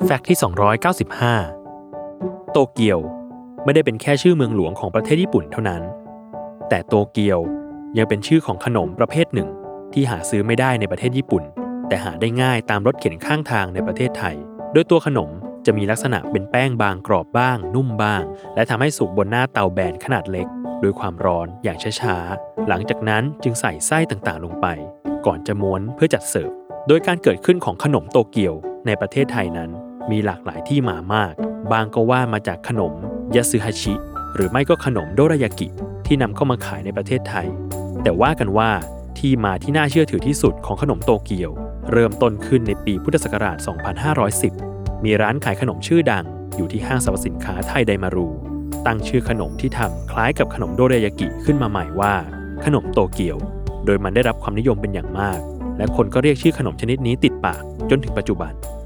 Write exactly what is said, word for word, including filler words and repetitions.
แฟกต์ที่สองร้อยเก้าสิบห้าโตเกียวไม่ได้เป็นแค่ชื่อเมืองหลวงของประเทศญี่ปุ่นเท่านั้นแต่โตเกียวยังเป็นชื่อของขนมประเภทหนึ่งที่หาซื้อไม่ได้ในประเทศญี่ปุ่นแต่หาได้ง่ายตามรถเข็นข้างทางในประเทศไทยโดยตัวขนมจะมีลักษณะเป็นแป้งบางกรอบบ้างนุ่มบ้างและทำให้สุกบนหน้าเตาแบนขนาดเล็กโดยความร้อนอย่างช้าๆหลังจากนั้นจึงใส่ไส้ต่างๆลงไปก่อนจะม้วนเพื่อจัดเสิร์ฟโดยการเกิดขึ้นของขนมโตเกียวในประเทศไทยนั้นมีหลากหลายที่มามากบางก็ว่ามาจากขนมยาสึฮาชิหรือไม่ก็ขนมโดรายากิที่นำเข้ามาขายในประเทศไทยแต่ว่ากันว่าที่มาที่น่าเชื่อถือที่สุดของขนมโตเกียวเริ่มต้นขึ้นในปีพุทธศักราชสองพันห้าร้อยสิบมีร้านขายขนมชื่อดังอยู่ที่ห้างสรรพสินค้าไทไดมารุตั้งชื่อขนมที่ทำคล้ายกับขนมโดรายากิขึ้นมาใหม่ว่าขนมโตเกียวโดยมันได้รับความนิยมเป็นอย่างมากและคนก็เรียกชื่อขนมชนิดนี้ติดปากจนถึงปัจจุบัน